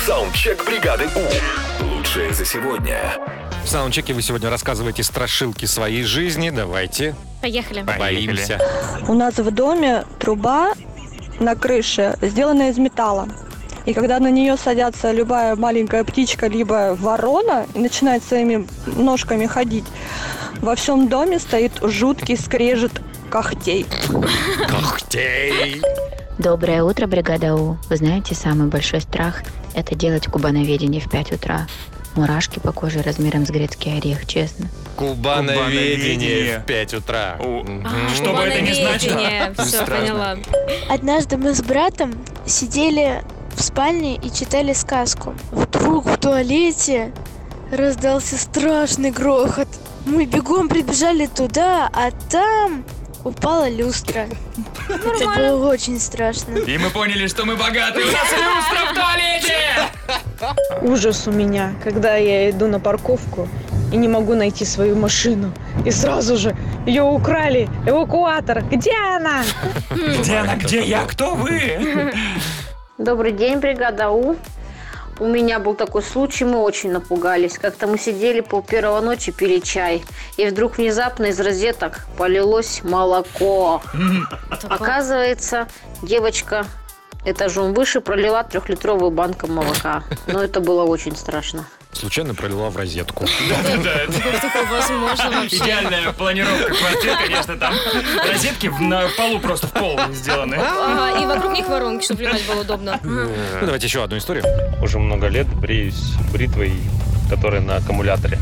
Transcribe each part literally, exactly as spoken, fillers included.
Саундчек бригады У. Лучшее за сегодня. В саундчеке вы сегодня рассказываете страшилки своей жизни. Давайте. Поехали. Боимся. У нас в доме труба на крыше сделана из металла. И когда на нее садятся любая маленькая птичка, либо ворона, и начинает своими ножками ходить, во всем доме стоит жуткий скрежет когтей. Когтей. Доброе утро, бригада У. Вы знаете, самый большой страх – это делать кубановедение в пять утра. Мурашки по коже размером с грецкий орех, честно. Кубановедение в пять утра. А, Что бы это ни значило. Все, поняла. Однажды мы с братом сидели в спальне и читали сказку. Вдруг в туалете раздался страшный грохот. Мы бегом прибежали туда, а там упала люстра. Это было очень страшно. И мы поняли, что мы богаты. У нас люстра в туалете! Ужас у меня, когда я иду на парковку и не могу найти свою машину. И сразу же ее украли. Эвакуатор. Где она? Где она? Где я? Кто вы? Добрый день, бригада У. У меня был такой случай, мы очень напугались. Как-то мы сидели пол первого ночи, пили чай, и вдруг внезапно из розеток полилось молоко. Оказывается, девочка этажом выше пролила трехлитровую банку молока. Но это было очень страшно. Случайно пролила в розетку. Как такое возможно вообще? Идеальная планировка квартиры, конечно, там розетки на полу просто в пол сделаны. Ага, и вокруг них воронки, чтобы лежать было удобно. Ну, давайте еще одну историю. Уже много лет бреюсь бритвой, которая на аккумуляторе.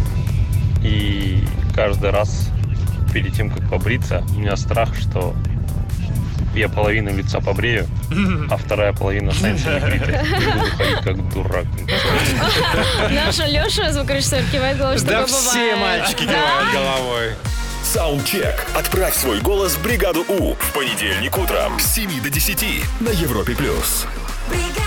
И каждый раз перед тем, как побриться, у меня страх, что я половину лица побрею, а вторая половина останется небритой. И буду ходить как дурак. Наша Леша, звукорежиссер, кивает головой, что Да такое бывает. все мальчики кивают головой. Саундчек. Отправь свой голос в бригаду У в понедельник утром с семи до десяти на Европе плюс. Бригада!